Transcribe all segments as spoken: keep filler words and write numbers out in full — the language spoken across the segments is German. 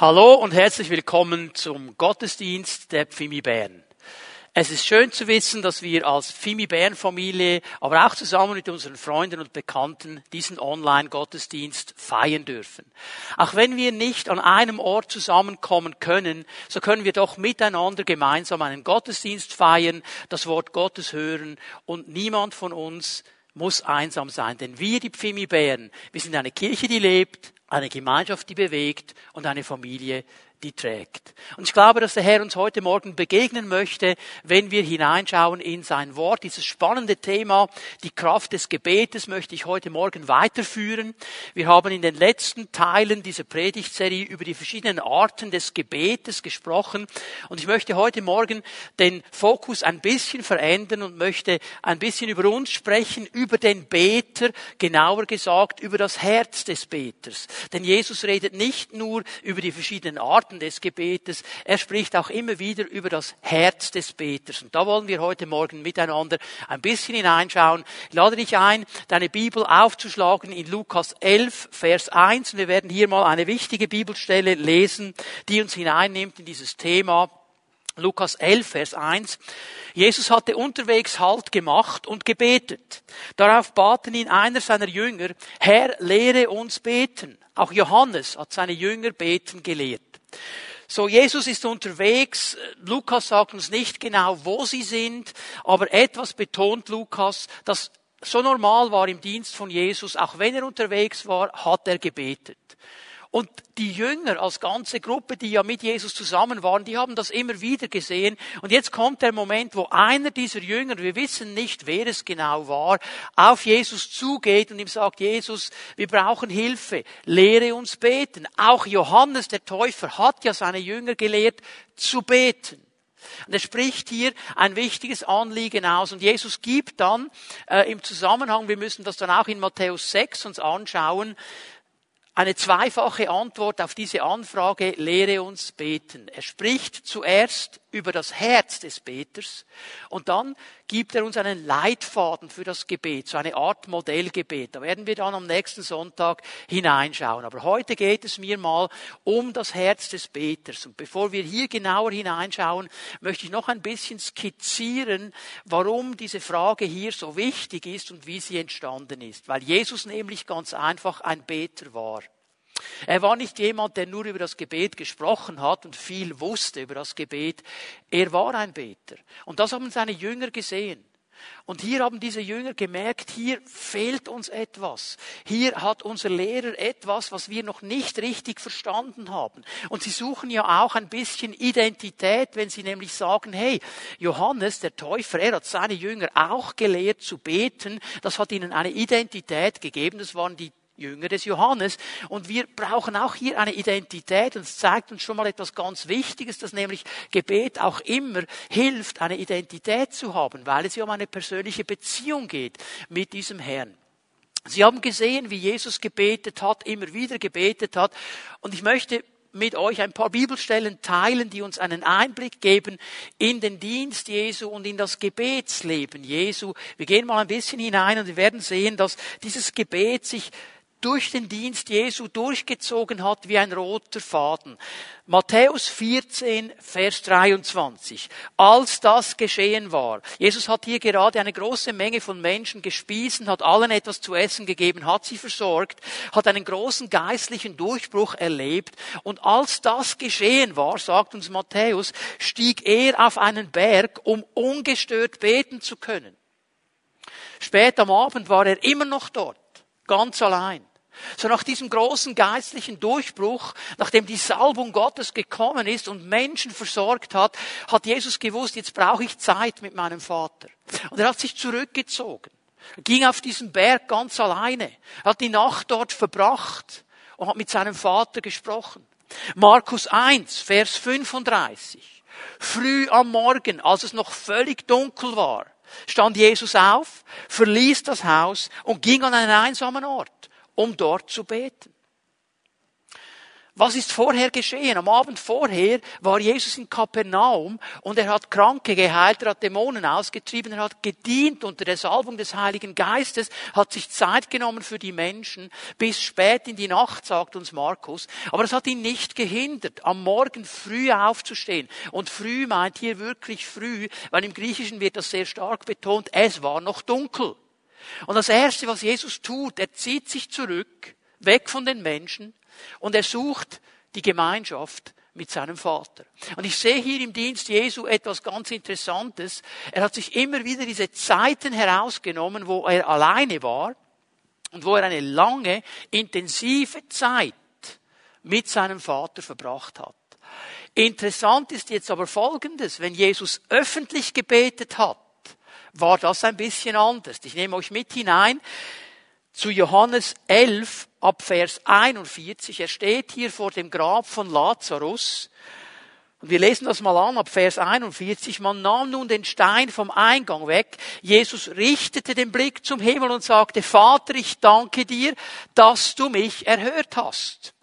Hallo und herzlich willkommen zum Gottesdienst der Pfimi Bern. Es ist schön zu wissen, dass wir als Pfimi Bern Familie, aber auch zusammen mit unseren Freunden und Bekannten diesen Online-Gottesdienst feiern dürfen. Auch wenn wir nicht an einem Ort zusammenkommen können, so können wir doch miteinander gemeinsam einen Gottesdienst feiern, das Wort Gottes hören und niemand von uns muss einsam sein. Denn wir, die Pfimi Bern, wir sind eine Kirche, die lebt, eine Gemeinschaft, die bewegt und eine Familie, die trägt. Und ich glaube, dass der Herr uns heute Morgen begegnen möchte, wenn wir hineinschauen in sein Wort. Dieses spannende Thema, die Kraft des Gebetes, möchte ich heute Morgen weiterführen. Wir haben in den letzten Teilen dieser Predigtserie über die verschiedenen Arten des Gebetes gesprochen. Und ich möchte heute Morgen den Fokus ein bisschen verändern und möchte ein bisschen über uns sprechen, über den Beter, genauer gesagt über das Herz des Beters. Denn Jesus redet nicht nur über die verschiedenen Arten des Gebetes, er spricht auch immer wieder über das Herz des Beters. Und da wollen wir heute Morgen miteinander ein bisschen hineinschauen. Ich lade dich ein, deine Bibel aufzuschlagen in Lukas elf, Vers eins. Und wir werden hier mal eine wichtige Bibelstelle lesen, die uns hineinnimmt in dieses Thema. Lukas elf, Vers eins. Jesus hatte unterwegs Halt gemacht und gebetet. Darauf baten ihn einer seiner Jünger, Herr, lehre uns beten. Auch Johannes hat seine Jünger beten gelehrt. So, Jesus ist unterwegs. Lukas sagt uns nicht genau, wo sie sind, aber etwas betont Lukas, das so normal war im Dienst von Jesus. Auch wenn er unterwegs war, hat er gebetet. Und die Jünger als ganze Gruppe, die ja mit Jesus zusammen waren, die haben das immer wieder gesehen. Und jetzt kommt der Moment, wo einer dieser Jünger, wir wissen nicht, wer es genau war, auf Jesus zugeht und ihm sagt, Jesus, wir brauchen Hilfe, lehre uns beten. Auch Johannes, der Täufer, hat ja seine Jünger gelehrt, zu beten. Und er spricht hier ein wichtiges Anliegen aus. Und Jesus gibt dann äh, im Zusammenhang, wir müssen das dann auch in Matthäus sechs uns anschauen, eine zweifache Antwort auf diese Anfrage, lehre uns beten. Er spricht zuerst über das Herz des Beters und dann gibt er uns einen Leitfaden für das Gebet, so eine Art Modellgebet. Da werden wir dann am nächsten Sonntag hineinschauen. Aber heute geht es mir mal um das Herz des Beters. Und bevor wir hier genauer hineinschauen, möchte ich noch ein bisschen skizzieren, warum diese Frage hier so wichtig ist und wie sie entstanden ist. Weil Jesus nämlich ganz einfach ein Beter war. Er war nicht jemand, der nur über das Gebet gesprochen hat und viel wusste über das Gebet. Er war ein Beter. Und das haben seine Jünger gesehen. Und hier haben diese Jünger gemerkt, hier fehlt uns etwas. Hier hat unser Lehrer etwas, was wir noch nicht richtig verstanden haben. Und sie suchen ja auch ein bisschen Identität, wenn sie nämlich sagen, hey, Johannes, der Täufer, er hat seine Jünger auch gelehrt zu beten. Das hat ihnen eine Identität gegeben. Das waren die Jünger des Johannes. Und wir brauchen auch hier eine Identität. Und es zeigt uns schon mal etwas ganz Wichtiges, dass nämlich Gebet auch immer hilft, eine Identität zu haben, weil es ja um eine persönliche Beziehung geht mit diesem Herrn. Sie haben gesehen, wie Jesus gebetet hat, immer wieder gebetet hat. Und ich möchte mit euch ein paar Bibelstellen teilen, die uns einen Einblick geben in den Dienst Jesu und in das Gebetsleben Jesu. Wir gehen mal ein bisschen hinein und wir werden sehen, dass dieses Gebet sich durch den Dienst Jesu durchgezogen hat wie ein roter Faden. Matthäus vierzehn, Vers dreiundzwanzig. Als das geschehen war. Jesus hat hier gerade eine große Menge von Menschen gespiesen, hat allen etwas zu essen gegeben, hat sie versorgt, hat einen großen geistlichen Durchbruch erlebt. Und als das geschehen war, sagt uns Matthäus, stieg er auf einen Berg, um ungestört beten zu können. Spät am Abend war er immer noch dort, ganz allein. So nach diesem großen geistlichen Durchbruch, nachdem die Salbung Gottes gekommen ist und Menschen versorgt hat, hat Jesus gewusst, jetzt brauche ich Zeit mit meinem Vater. Und er hat sich zurückgezogen. Er ging auf diesen Berg ganz alleine. Er hat die Nacht dort verbracht und hat mit seinem Vater gesprochen. Markus eins, Vers fünfunddreißig. Früh am Morgen, als es noch völlig dunkel war, stand Jesus auf, verließ das Haus und ging an einen einsamen Ort, um dort zu beten. Was ist vorher geschehen? Am Abend vorher war Jesus in Kapernaum und er hat Kranke geheilt, er hat Dämonen ausgetrieben, er hat gedient unter der Salbung des Heiligen Geistes, hat sich Zeit genommen für die Menschen, bis spät in die Nacht, sagt uns Markus. Aber es hat ihn nicht gehindert, am Morgen früh aufzustehen. Und früh meint hier wirklich früh, weil im Griechischen wird das sehr stark betont, es war noch dunkel. Und das Erste, was Jesus tut, er zieht sich zurück, weg von den Menschen, und er sucht die Gemeinschaft mit seinem Vater. Und ich sehe hier im Dienst Jesu etwas ganz Interessantes. Er hat sich immer wieder diese Zeiten herausgenommen, wo er alleine war und wo er eine lange, intensive Zeit mit seinem Vater verbracht hat. Interessant ist jetzt aber Folgendes. Wenn Jesus öffentlich gebetet hat, war das ein bisschen anders. Ich nehme euch mit hinein zu Johannes elf, ab Vers einundvierzig. Er steht hier vor dem Grab von Lazarus. Und wir lesen das mal an, ab Vers einundvierzig. Man nahm nun den Stein vom Eingang weg. Jesus richtete den Blick zum Himmel und sagte, Vater, ich danke dir, dass du mich erhört hast.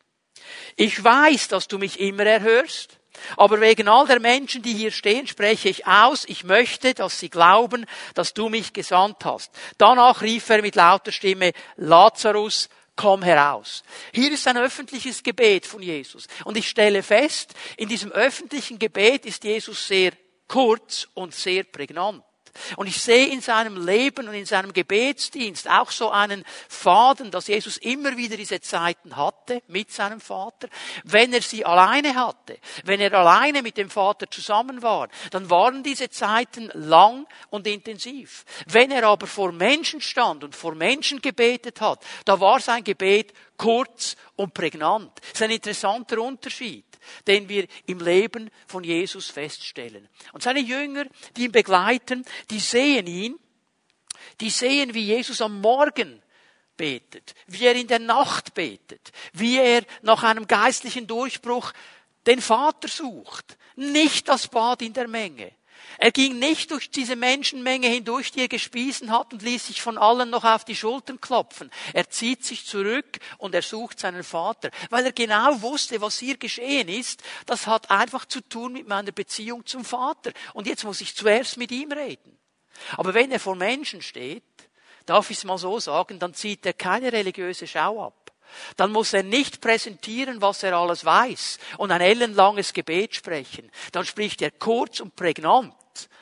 Ich weiß, dass du mich immer erhörst. Aber wegen all der Menschen, die hier stehen, spreche ich aus, ich möchte, dass sie glauben, dass du mich gesandt hast. Danach rief er mit lauter Stimme, Lazarus, komm heraus. Hier ist ein öffentliches Gebet von Jesus. Und ich stelle fest, in diesem öffentlichen Gebet ist Jesus sehr kurz und sehr prägnant. Und ich sehe in seinem Leben und in seinem Gebetsdienst auch so einen Faden, dass Jesus immer wieder diese Zeiten hatte mit seinem Vater. Wenn er sie alleine hatte, wenn er alleine mit dem Vater zusammen war, dann waren diese Zeiten lang und intensiv. Wenn er aber vor Menschen stand und vor Menschen gebetet hat, da war sein Gebet kurz und prägnant. Das ist ein interessanter Unterschied, den wir im Leben von Jesus feststellen. Und seine Jünger, die ihn begleiten, die sehen ihn, die sehen, wie Jesus am Morgen betet, wie er in der Nacht betet, wie er nach einem geistlichen Durchbruch den Vater sucht, nicht das Bad in der Menge. Er ging nicht durch diese Menschenmenge hindurch, die er gespiesen hat, und ließ sich von allen noch auf die Schultern klopfen. Er zieht sich zurück und er sucht seinen Vater, weil er genau wusste, was hier geschehen ist. Das hat einfach zu tun mit meiner Beziehung zum Vater. Und jetzt muss ich zuerst mit ihm reden. Aber wenn er vor Menschen steht, darf ich es mal so sagen, dann zieht er keine religiöse Schau ab. Dann muss er nicht präsentieren, was er alles weiß und ein ellenlanges Gebet sprechen. Dann spricht er kurz und prägnant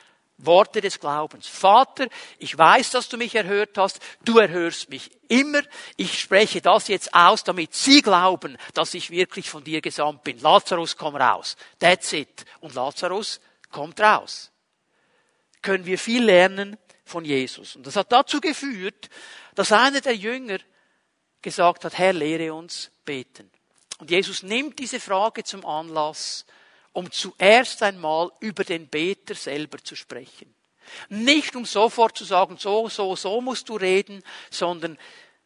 Worte des Glaubens. Vater, ich weiß, dass du mich erhört hast. Du erhörst mich immer. Ich spreche das jetzt aus, damit sie glauben, dass ich wirklich von dir gesandt bin. Lazarus, komm raus. That's it. Und Lazarus kommt raus. Können wir viel lernen von Jesus. Und das hat dazu geführt, dass einer der Jünger gesagt hat, Herr, lehre uns beten. Und Jesus nimmt diese Frage zum Anlass, um zuerst einmal über den Beter selber zu sprechen. Nicht um sofort zu sagen, so, so, so musst du reden, sondern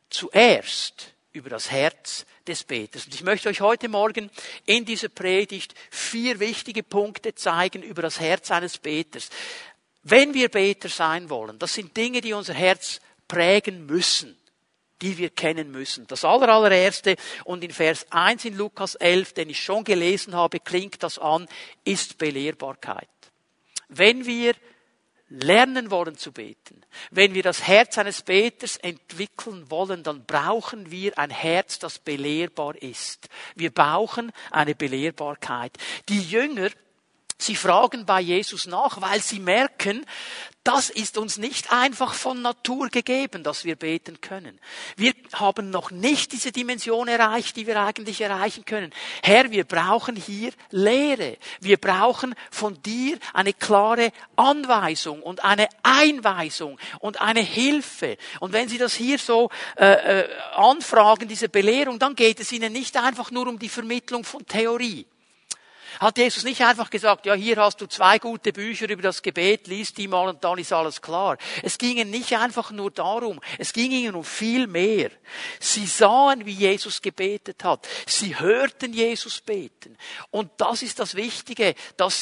zuerst über das Herz des Beters. Und ich möchte euch heute Morgen in dieser Predigt vier wichtige Punkte zeigen über das Herz eines Beters. Wenn wir Beter sein wollen, das sind Dinge, die unser Herz prägen müssen, die wir kennen müssen. Das allererste, und in Vers eins in Lukas elf, den ich schon gelesen habe, klingt das an, ist Belehrbarkeit. Wenn wir lernen wollen zu beten, wenn wir das Herz eines Beters entwickeln wollen, dann brauchen wir ein Herz, das belehrbar ist. Wir brauchen eine Belehrbarkeit. Die Jünger, sie fragen bei Jesus nach, weil sie merken, das ist uns nicht einfach von Natur gegeben, dass wir beten können. Wir haben noch nicht diese Dimension erreicht, die wir eigentlich erreichen können. Herr, wir brauchen hier Lehre. Wir brauchen von dir eine klare Anweisung und eine Einweisung und eine Hilfe. Und wenn Sie das hier so äh, äh, anfragen, diese Belehrung, dann geht es Ihnen nicht einfach nur um die Vermittlung von Theorie. Hat Jesus nicht einfach gesagt, ja, hier hast du zwei gute Bücher über das Gebet, lies die mal und dann ist alles klar. Es ging ihnen nicht einfach nur darum, es ging ihnen um viel mehr. Sie sahen, wie Jesus gebetet hat. Sie hörten Jesus beten. Und das ist das Wichtige, dass sie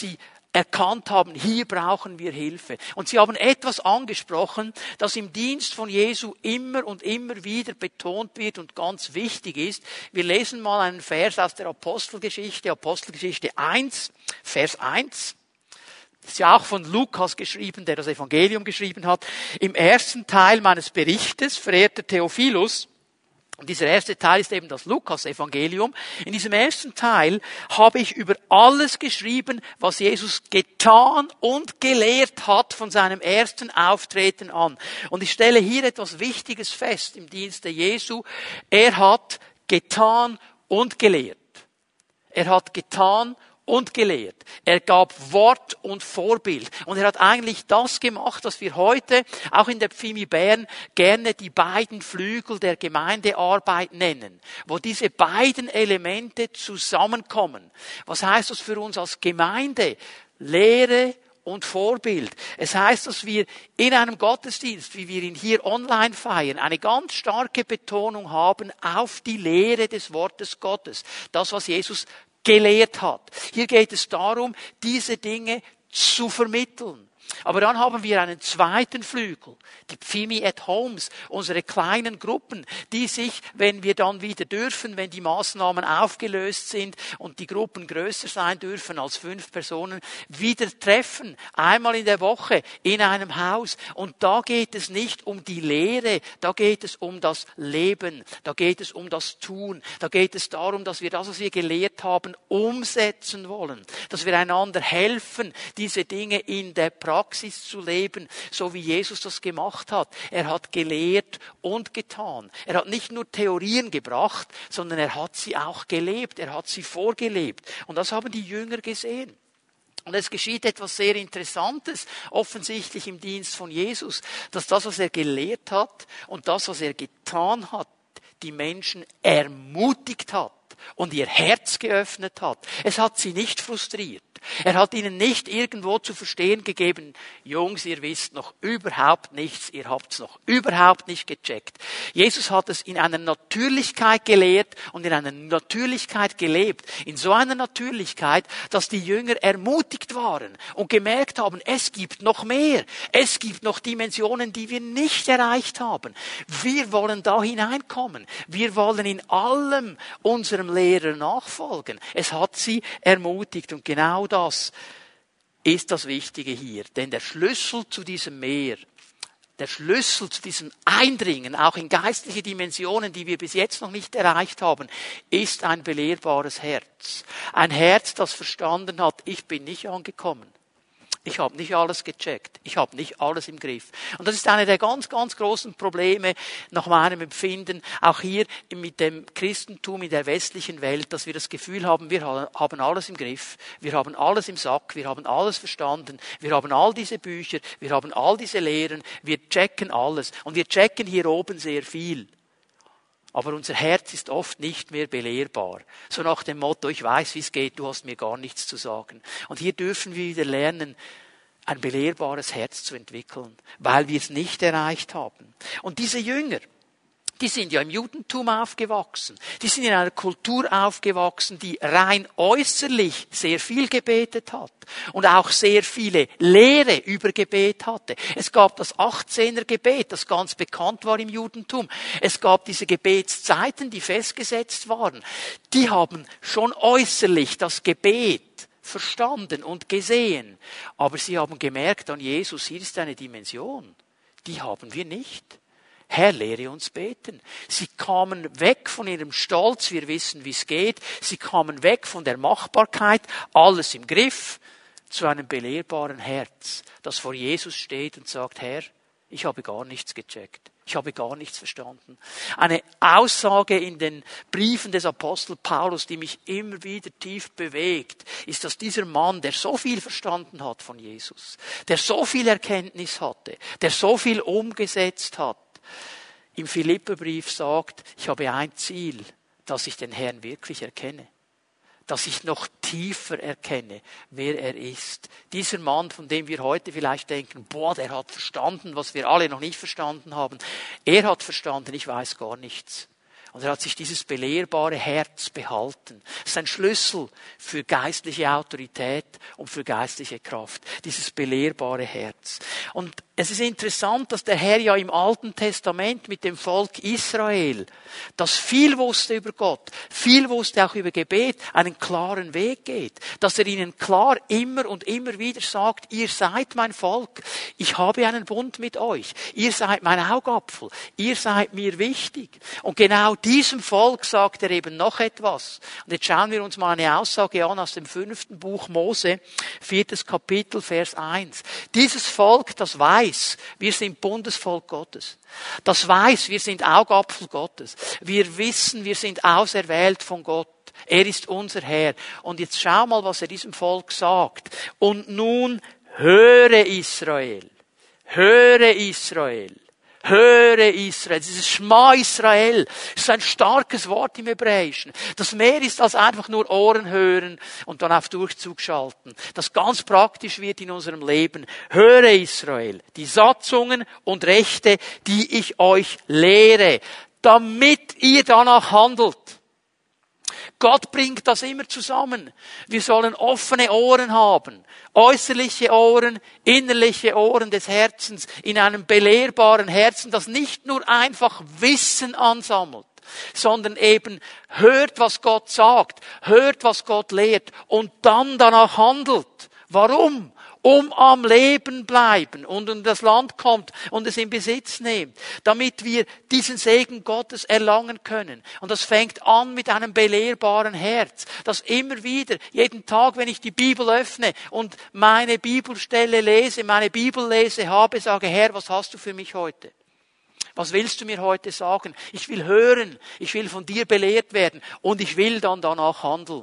erkannt haben, hier brauchen wir Hilfe. Und sie haben etwas angesprochen, das im Dienst von Jesu immer und immer wieder betont wird und ganz wichtig ist. Wir lesen mal einen Vers aus der Apostelgeschichte, Apostelgeschichte eins, Vers eins. Das ist ja auch von Lukas geschrieben, der das Evangelium geschrieben hat. Im ersten Teil meines Berichtes, verehrter Theophilus, und dieser erste Teil ist eben das Lukas-Evangelium. In diesem ersten Teil habe ich über alles geschrieben, was Jesus getan und gelehrt hat von seinem ersten Auftreten an. Und ich stelle hier etwas Wichtiges fest im Dienste Jesu. Er hat getan und gelehrt. Er hat getan und gelehrt. Er gab Wort und Vorbild. Und er hat eigentlich das gemacht, was wir heute auch in der Pfimi Bern gerne die beiden Flügel der Gemeindearbeit nennen, wo diese beiden Elemente zusammenkommen. Was heißt das für uns als Gemeinde? Lehre und Vorbild. Es heißt, dass wir in einem Gottesdienst, wie wir ihn hier online feiern, eine ganz starke Betonung haben auf die Lehre des Wortes Gottes. Das, was Jesus gelehrt hat. Hier geht es darum, diese Dinge zu vermitteln. Aber dann haben wir einen zweiten Flügel, die Pfimi at Homes, unsere kleinen Gruppen, die sich, wenn wir dann wieder dürfen, wenn die Maßnahmen aufgelöst sind und die Gruppen größer sein dürfen als fünf Personen, wieder treffen, einmal in der Woche in einem Haus. Und da geht es nicht um die Lehre, da geht es um das Leben, da geht es um das Tun, da geht es darum, dass wir das, was wir gelehrt haben, umsetzen wollen, dass wir einander helfen, diese Dinge in der Praxis Praxis zu leben, so wie Jesus das gemacht hat. Er hat gelehrt und getan. Er hat nicht nur Theorien gebracht, sondern er hat sie auch gelebt. Er hat sie vorgelebt. Und das haben die Jünger gesehen. Und es geschieht etwas sehr Interessantes, offensichtlich im Dienst von Jesus, dass das, was er gelehrt hat und das, was er getan hat, die Menschen ermutigt hat und ihr Herz geöffnet hat. Es hat sie nicht frustriert. Er hat ihnen nicht irgendwo zu verstehen gegeben, Jungs, ihr wisst noch überhaupt nichts, ihr habt's noch überhaupt nicht gecheckt. Jesus hat es in einer Natürlichkeit gelehrt und in einer Natürlichkeit gelebt. In so einer Natürlichkeit, dass die Jünger ermutigt waren und gemerkt haben, es gibt noch mehr. Es gibt noch Dimensionen, die wir nicht erreicht haben. Wir wollen da hineinkommen. Wir wollen in allem unserem Lehrer nachfolgen. Es hat sie ermutigt und genau das ist das Wichtige hier. Denn der Schlüssel zu diesem Meer, der Schlüssel zu diesem Eindringen, auch in geistliche Dimensionen, die wir bis jetzt noch nicht erreicht haben, ist ein belehrbares Herz. Ein Herz, das verstanden hat, ich bin nicht angekommen. Ich habe nicht alles gecheckt. Ich habe nicht alles im Griff. Und das ist eine der ganz, ganz großen Probleme nach meinem Empfinden, auch hier mit dem Christentum in der westlichen Welt, dass wir das Gefühl haben, wir haben alles im Griff, wir haben alles im Sack, wir haben alles verstanden, wir haben all diese Bücher, wir haben all diese Lehren, wir checken alles. Und wir checken hier oben sehr viel. Aber unser Herz ist oft nicht mehr belehrbar. So nach dem Motto, ich weiß, wie es geht, du hast mir gar nichts zu sagen. Und hier dürfen wir wieder lernen, ein belehrbares Herz zu entwickeln, weil wir es nicht erreicht haben. Und diese Jünger, die sind ja im Judentum aufgewachsen. Die sind in einer Kultur aufgewachsen, die rein äußerlich sehr viel gebetet hat und auch sehr viele Lehre über Gebet hatte. Es gab das achtzehner Gebet, das ganz bekannt war im Judentum. Es gab diese Gebetszeiten, die festgesetzt waren. Die haben schon äußerlich das Gebet verstanden und gesehen. Aber sie haben gemerkt an Jesus, hier ist eine Dimension, die haben wir nicht. Herr, lehre uns beten. Sie kamen weg von ihrem Stolz, wir wissen, wie es geht. Sie kamen weg von der Machbarkeit, alles im Griff, zu einem belehrbaren Herz, das vor Jesus steht und sagt, Herr, ich habe gar nichts gecheckt. Ich habe gar nichts verstanden. Eine Aussage in den Briefen des Apostel Paulus, die mich immer wieder tief bewegt, ist, dass dieser Mann, der so viel verstanden hat von Jesus, der so viel Erkenntnis hatte, der so viel umgesetzt hat, im Philipperbrief sagt, ich habe ein Ziel, dass ich den Herrn wirklich erkenne. Dass ich noch tiefer erkenne, wer er ist. Dieser Mann, von dem wir heute vielleicht denken, boah, der hat verstanden, was wir alle noch nicht verstanden haben. Er hat verstanden, ich weiß gar nichts. Und er hat sich dieses belehrbare Herz behalten. Das ist ein Schlüssel für geistliche Autorität und für geistliche Kraft. Dieses belehrbare Herz. Und es ist interessant, dass der Herr ja im Alten Testament mit dem Volk Israel, das viel wusste über Gott, viel wusste auch über Gebet, einen klaren Weg geht. Dass er ihnen klar immer und immer wieder sagt, ihr seid mein Volk, ich habe einen Bund mit euch, ihr seid mein Augapfel, ihr seid mir wichtig. Und genau diesem Volk sagt er eben noch etwas. Und jetzt schauen wir uns mal eine Aussage an aus dem fünften Buch Mose, viertes Kapitel, Vers eins. Dieses Volk, das weiß, wir sind Bundesvolk Gottes. Das weiß, wir sind Augapfel Gottes. Wir wissen, wir sind auserwählt von Gott. Er ist unser Herr. Und jetzt schau mal, was er diesem Volk sagt. Und nun höre Israel. Höre Israel. Höre Israel. Dieses Schma Israel ist ein starkes Wort im Hebräischen. Das mehr ist als einfach nur Ohren hören und dann auf Durchzug schalten. Das ganz praktisch wird in unserem Leben. Höre Israel. Die Satzungen und Rechte, die ich euch lehre, damit ihr danach handelt. Gott bringt das immer zusammen. Wir sollen offene Ohren haben. Äußerliche Ohren, innerliche Ohren des Herzens, in einem belehrbaren Herzen, das nicht nur einfach Wissen ansammelt, sondern eben hört, was Gott sagt, hört, was Gott lehrt und dann danach handelt. Warum? Um am Leben bleiben und in das Land kommt und es in Besitz nimmt, damit wir diesen Segen Gottes erlangen können. Und das fängt an mit einem belehrbaren Herz, das immer wieder, jeden Tag, wenn ich die Bibel öffne und meine Bibelstelle lese, meine Bibellese habe, sage, Herr, was hast du für mich heute? Was willst du mir heute sagen? Ich will hören, ich will von dir belehrt werden und ich will dann danach handeln.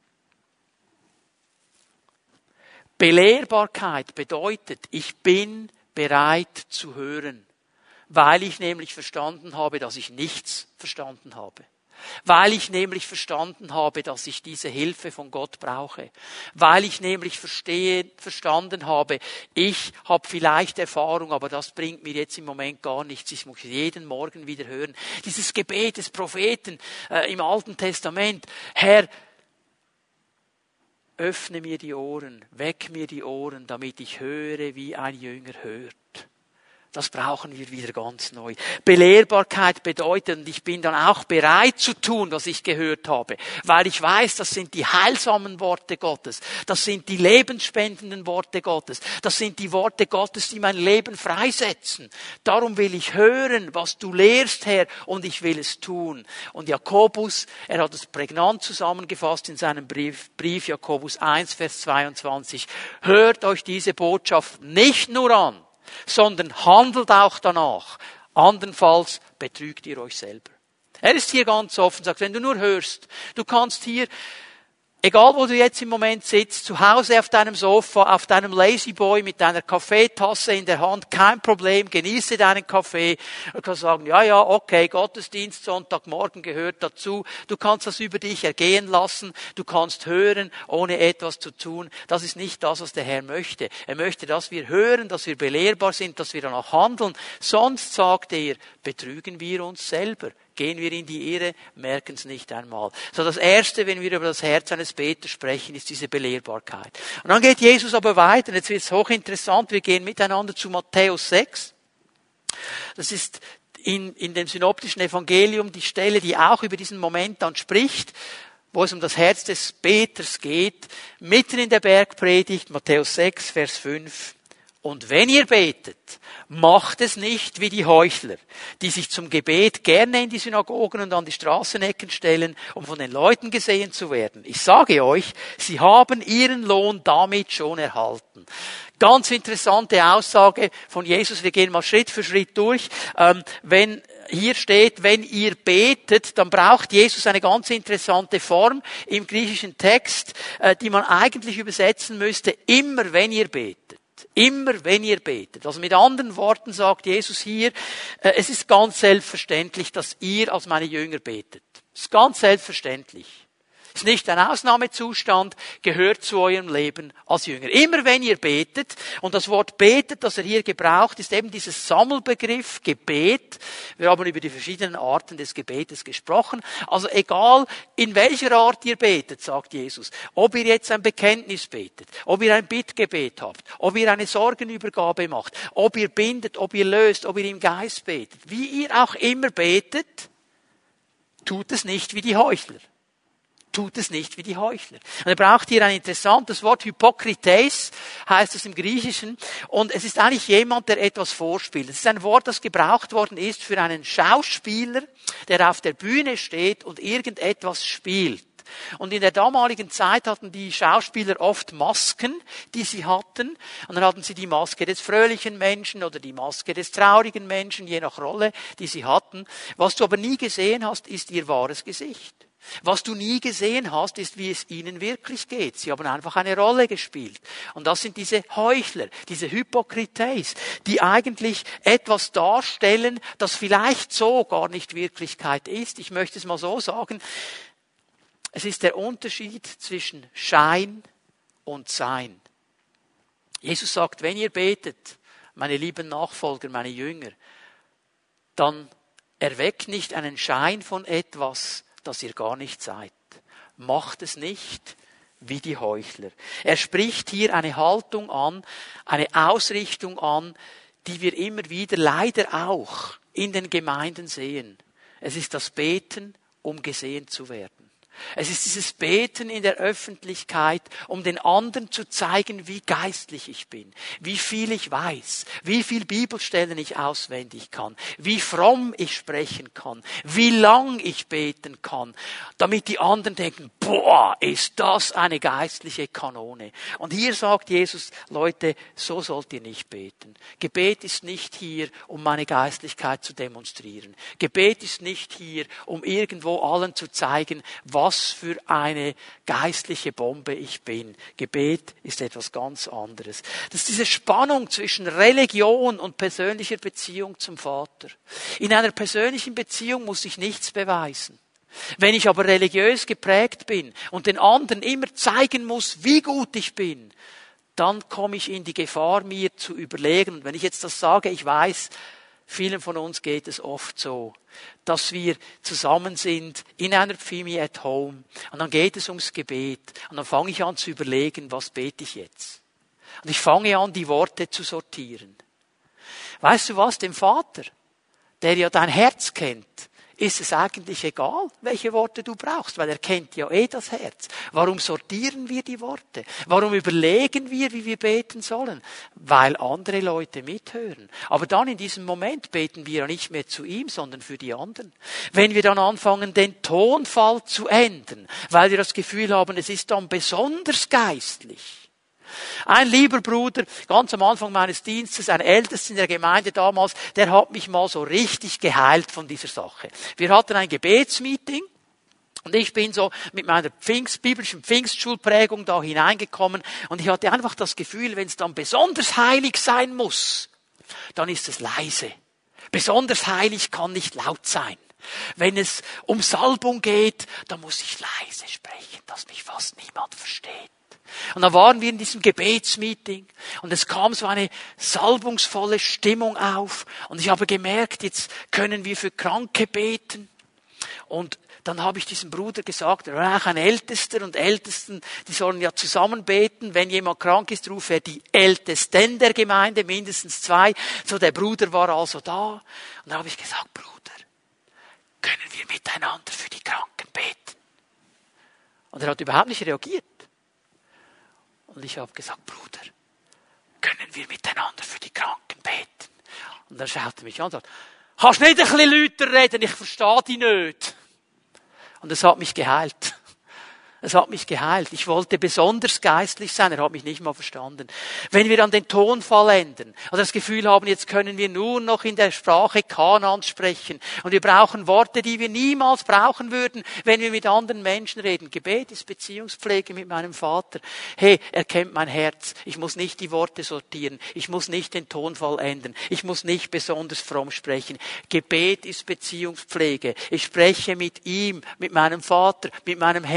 Belehrbarkeit bedeutet, ich bin bereit zu hören, weil ich nämlich verstanden habe, dass ich nichts verstanden habe. Weil ich nämlich verstanden habe, dass ich diese Hilfe von Gott brauche. Weil ich nämlich verstehe, verstanden habe, ich habe vielleicht Erfahrung, aber das bringt mir jetzt im Moment gar nichts. Ich muss jeden Morgen wieder hören. Dieses Gebet des Propheten äh, im Alten Testament, Herr, öffne mir die Ohren, weck mir die Ohren, damit ich höre, wie ein Jünger hört. Das brauchen wir wieder ganz neu. Belehrbarkeit bedeutet, und ich bin dann auch bereit zu tun, was ich gehört habe, weil ich weiß, das sind die heilsamen Worte Gottes, das sind die lebensspendenden Worte Gottes, das sind die Worte Gottes, die mein Leben freisetzen. Darum will ich hören, was du lehrst, Herr, und ich will es tun. Und Jakobus, er hat es prägnant zusammengefasst in seinem Brief, Brief Jakobus eins, Vers zweiundzwanzig. Hört euch diese Botschaft nicht nur an, sondern handelt auch danach. Andernfalls betrügt ihr euch selber. Er ist hier ganz offen, sagt, wenn du nur hörst, du kannst hier, egal wo du jetzt im Moment sitzt, zu Hause auf deinem Sofa, auf deinem Lazy Boy mit deiner Kaffeetasse in der Hand, kein Problem, genieße deinen Kaffee. Du kannst sagen, ja, ja, okay, Gottesdienst, Sonntagmorgen gehört dazu. Du kannst das über dich ergehen lassen. Du kannst hören, ohne etwas zu tun. Das ist nicht das, was der Herr möchte. Er möchte, dass wir hören, dass wir belehrbar sind, dass wir danach handeln. Sonst, sagt er, betrügen wir uns selber. Gehen wir in die Irre, merken es nicht einmal. So, das Erste, wenn wir über das Herz eines Beters sprechen, ist diese Belehrbarkeit. Und dann geht Jesus aber weiter, und jetzt wird es hochinteressant, wir gehen miteinander zu Matthäus sechs. Das ist in, in dem synoptischen Evangelium die Stelle, die auch über diesen Moment dann spricht, wo es um das Herz des Beters geht, mitten in der Bergpredigt, Matthäus sechs, Vers fünf. Und wenn ihr betet, macht es nicht wie die Heuchler, die sich zum Gebet gerne in die Synagogen und an die Straßenecken stellen, um von den Leuten gesehen zu werden. Ich sage euch, sie haben ihren Lohn damit schon erhalten. Ganz interessante Aussage von Jesus. Wir gehen mal Schritt für Schritt durch. Ähm, wenn hier steht, wenn ihr betet, dann braucht Jesus eine ganz interessante Form im griechischen Text, äh, die man eigentlich übersetzen müsste, immer wenn ihr betet. Immer wenn ihr betet. Also mit anderen Worten sagt Jesus hier, äh, es ist ganz selbstverständlich, dass ihr als meine Jünger betet. Es ist ganz selbstverständlich. Ist nicht ein Ausnahmezustand, gehört zu eurem Leben als Jünger. Immer wenn ihr betet, und das Wort betet, das er hier gebraucht, ist eben dieses Sammelbegriff Gebet. Wir haben über die verschiedenen Arten des Gebetes gesprochen. Also egal, in welcher Art ihr betet, sagt Jesus. Ob ihr jetzt ein Bekenntnis betet, ob ihr ein Bittgebet habt, ob ihr eine Sorgenübergabe macht, ob ihr bindet, ob ihr löst, ob ihr im Geist betet. Wie ihr auch immer betet, tut es nicht wie die Heuchler. Tut es nicht wie die Heuchler. Und er braucht hier ein interessantes Wort, Hypokrites heißt es im Griechischen. Und es ist eigentlich jemand, der etwas vorspielt. Es ist ein Wort, das gebraucht worden ist für einen Schauspieler, der auf der Bühne steht und irgendetwas spielt. Und in der damaligen Zeit hatten die Schauspieler oft Masken, die sie hatten. Und dann hatten sie die Maske des fröhlichen Menschen oder die Maske des traurigen Menschen, je nach Rolle, die sie hatten. Was du aber nie gesehen hast, ist ihr wahres Gesicht. Was du nie gesehen hast, ist, wie es ihnen wirklich geht. Sie haben einfach eine Rolle gespielt. Und das sind diese Heuchler, diese Hypokrites, die eigentlich etwas darstellen, das vielleicht so gar nicht Wirklichkeit ist. Ich möchte es mal so sagen. Es ist der Unterschied zwischen Schein und Sein. Jesus sagt, wenn ihr betet, meine lieben Nachfolger, meine Jünger, dann erweckt nicht einen Schein von etwas, das ihr gar nicht seid. Macht es nicht wie die Heuchler. Er spricht hier eine Haltung an, eine Ausrichtung an, die wir immer wieder leider auch in den Gemeinden sehen. Es ist das Beten, um gesehen zu werden. Es ist dieses Beten in der Öffentlichkeit, um den anderen zu zeigen, wie geistlich ich bin, wie viel ich weiß, wie viel Bibelstellen ich auswendig kann, wie fromm ich sprechen kann, wie lang ich beten kann, damit die anderen denken, boah, ist das eine geistliche Kanone. Und hier sagt Jesus, Leute, so sollt ihr nicht beten. Gebet ist nicht hier, um meine Geistlichkeit zu demonstrieren. Gebet ist nicht hier, um irgendwo allen zu zeigen, was Was für eine geistliche Bombe ich bin. Gebet ist etwas ganz anderes. Das ist diese Spannung zwischen Religion und persönlicher Beziehung zum Vater. In einer persönlichen Beziehung muss ich nichts beweisen. Wenn ich aber religiös geprägt bin und den anderen immer zeigen muss, wie gut ich bin, dann komme ich in die Gefahr, mir zu überlegen. Und wenn ich jetzt das sage, ich weiß, vielen von uns geht es oft so, dass wir zusammen sind in einer Pfimi at home und dann geht es ums Gebet und dann fange ich an zu überlegen, was bete ich jetzt? Und ich fange an, die Worte zu sortieren. Weißt du was, dem Vater, der ja dein Herz kennt, ist es eigentlich egal, welche Worte du brauchst, weil er kennt ja eh das Herz. Warum sortieren wir die Worte? Warum überlegen wir, wie wir beten sollen? Weil andere Leute mithören. Aber dann in diesem Moment beten wir ja nicht mehr zu ihm, sondern für die anderen. Wenn wir dann anfangen, den Tonfall zu ändern, weil wir das Gefühl haben, es ist dann besonders geistlich. Ein lieber Bruder, ganz am Anfang meines Dienstes, ein Ältester in der Gemeinde damals, der hat mich mal so richtig geheilt von dieser Sache. Wir hatten ein Gebetsmeeting und ich bin so mit meiner Pfingst, biblischen Pfingstschulprägung da hineingekommen und ich hatte einfach das Gefühl, wenn es dann besonders heilig sein muss, dann ist es leise. Besonders heilig kann nicht laut sein. Wenn es um Salbung geht, dann muss ich leise sprechen, dass mich fast niemand versteht. Und dann waren wir in diesem Gebetsmeeting und es kam so eine salbungsvolle Stimmung auf und ich habe gemerkt, jetzt können wir für Kranke beten. Und dann habe ich diesem Bruder gesagt, er war auch ein Ältester und Ältesten, die sollen ja zusammen beten. Wenn jemand krank ist, ruft er die Ältesten der Gemeinde, mindestens zwei. So, der Bruder war also da. Und dann habe ich gesagt, Bruder, können wir miteinander für die Kranken beten? Und er hat überhaupt nicht reagiert. Und ich habe gesagt, Bruder, können wir miteinander für die Kranken beten? Und dann schaut er mich an und sagt, kannst nicht ein bisschen lauter reden, ich verstehe dich nicht. Und es hat mich geheilt. Es hat mich geheilt. Ich wollte besonders geistlich sein, er hat mich nicht mal verstanden. Wenn wir dann den Tonfall ändern oder das Gefühl haben, jetzt können wir nur noch in der Sprache Kanaans sprechen und wir brauchen Worte, die wir niemals brauchen würden, wenn wir mit anderen Menschen reden. Gebet ist Beziehungspflege mit meinem Vater. Hey, er kennt mein Herz. Ich muss nicht die Worte sortieren. Ich muss nicht den Tonfall ändern. Ich muss nicht besonders fromm sprechen. Gebet ist Beziehungspflege. Ich spreche mit ihm, mit meinem Vater, mit meinem Herrn, mit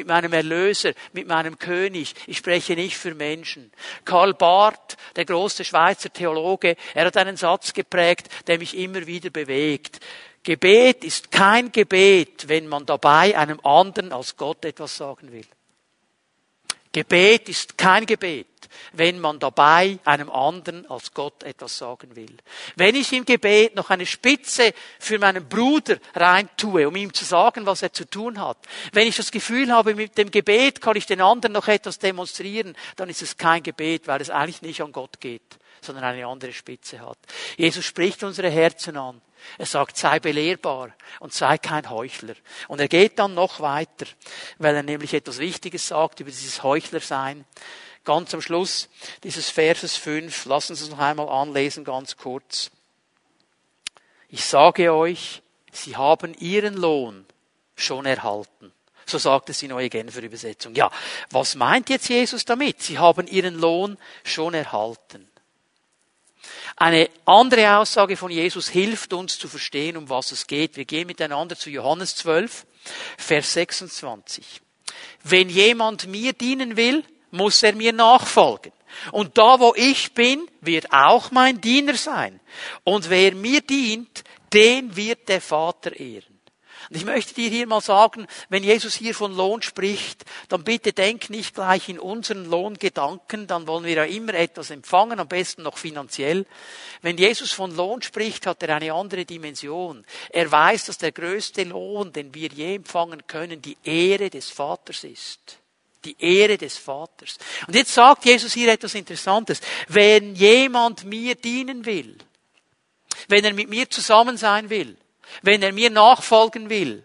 mit meinem Erlöser, mit meinem König. Ich spreche nicht für Menschen. Karl Barth, der große Schweizer Theologe, er hat einen Satz geprägt, der mich immer wieder bewegt. Gebet ist kein Gebet, wenn man dabei einem anderen als Gott etwas sagen will. Gebet ist kein Gebet, wenn man dabei einem anderen als Gott etwas sagen will. Wenn ich im Gebet noch eine Spitze für meinen Bruder reintue, um ihm zu sagen, was er zu tun hat, wenn ich das Gefühl habe, mit dem Gebet kann ich den anderen noch etwas demonstrieren, dann ist es kein Gebet, weil es eigentlich nicht an Gott geht, sondern eine andere Spitze hat. Jesus spricht unsere Herzen an. Er sagt, sei belehrbar und sei kein Heuchler. Und er geht dann noch weiter, weil er nämlich etwas Wichtiges sagt über dieses Heuchlersein. Ganz am Schluss dieses Verses fünf, lassen Sie es noch einmal anlesen, ganz kurz. Ich sage euch, sie haben ihren Lohn schon erhalten. So sagt es die Neue Genfer Übersetzung. Ja, was meint jetzt Jesus damit? Sie haben ihren Lohn schon erhalten. Eine andere Aussage von Jesus hilft uns zu verstehen, um was es geht. Wir gehen miteinander zu Johannes zwölf, Vers sechsundzwanzig. Wenn jemand mir dienen will, muss er mir nachfolgen. Und da, wo ich bin, wird auch mein Diener sein. Und wer mir dient, den wird der Vater ehren. Und ich möchte dir hier mal sagen, wenn Jesus hier von Lohn spricht, dann bitte denk nicht gleich in unseren Lohngedanken, dann wollen wir ja immer etwas empfangen, am besten noch finanziell. Wenn Jesus von Lohn spricht, hat er eine andere Dimension. Er weiß, dass der größte Lohn, den wir je empfangen können, die Ehre des Vaters ist. Die Ehre des Vaters. Und jetzt sagt Jesus hier etwas Interessantes. Wenn jemand mir dienen will, wenn er mit mir zusammen sein will, wenn er mir nachfolgen will,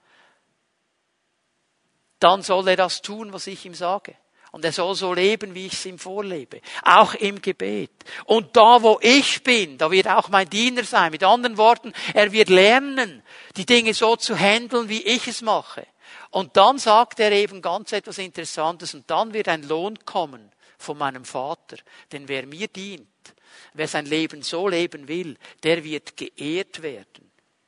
dann soll er das tun, was ich ihm sage. Und er soll so leben, wie ich es ihm vorlebe. Auch im Gebet. Und da, wo ich bin, da wird auch mein Diener sein. Mit anderen Worten, er wird lernen, die Dinge so zu handeln, wie ich es mache. Und dann sagt er eben ganz etwas Interessantes. Und dann wird ein Lohn kommen von meinem Vater. Denn wer mir dient, wer sein Leben so leben will, der wird geehrt werden.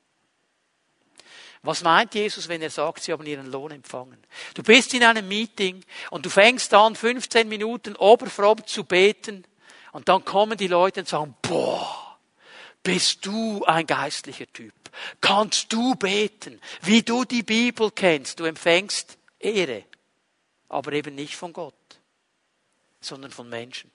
Was meint Jesus, wenn er sagt, sie haben ihren Lohn empfangen? Du bist in einem Meeting und du fängst an, fünfzehn Minuten oberfromm zu beten und dann kommen die Leute und sagen, boah, bist du ein geistlicher Typ? Kannst du beten, wie du die Bibel kennst? Du empfängst Ehre, aber eben nicht von Gott, sondern von Menschen.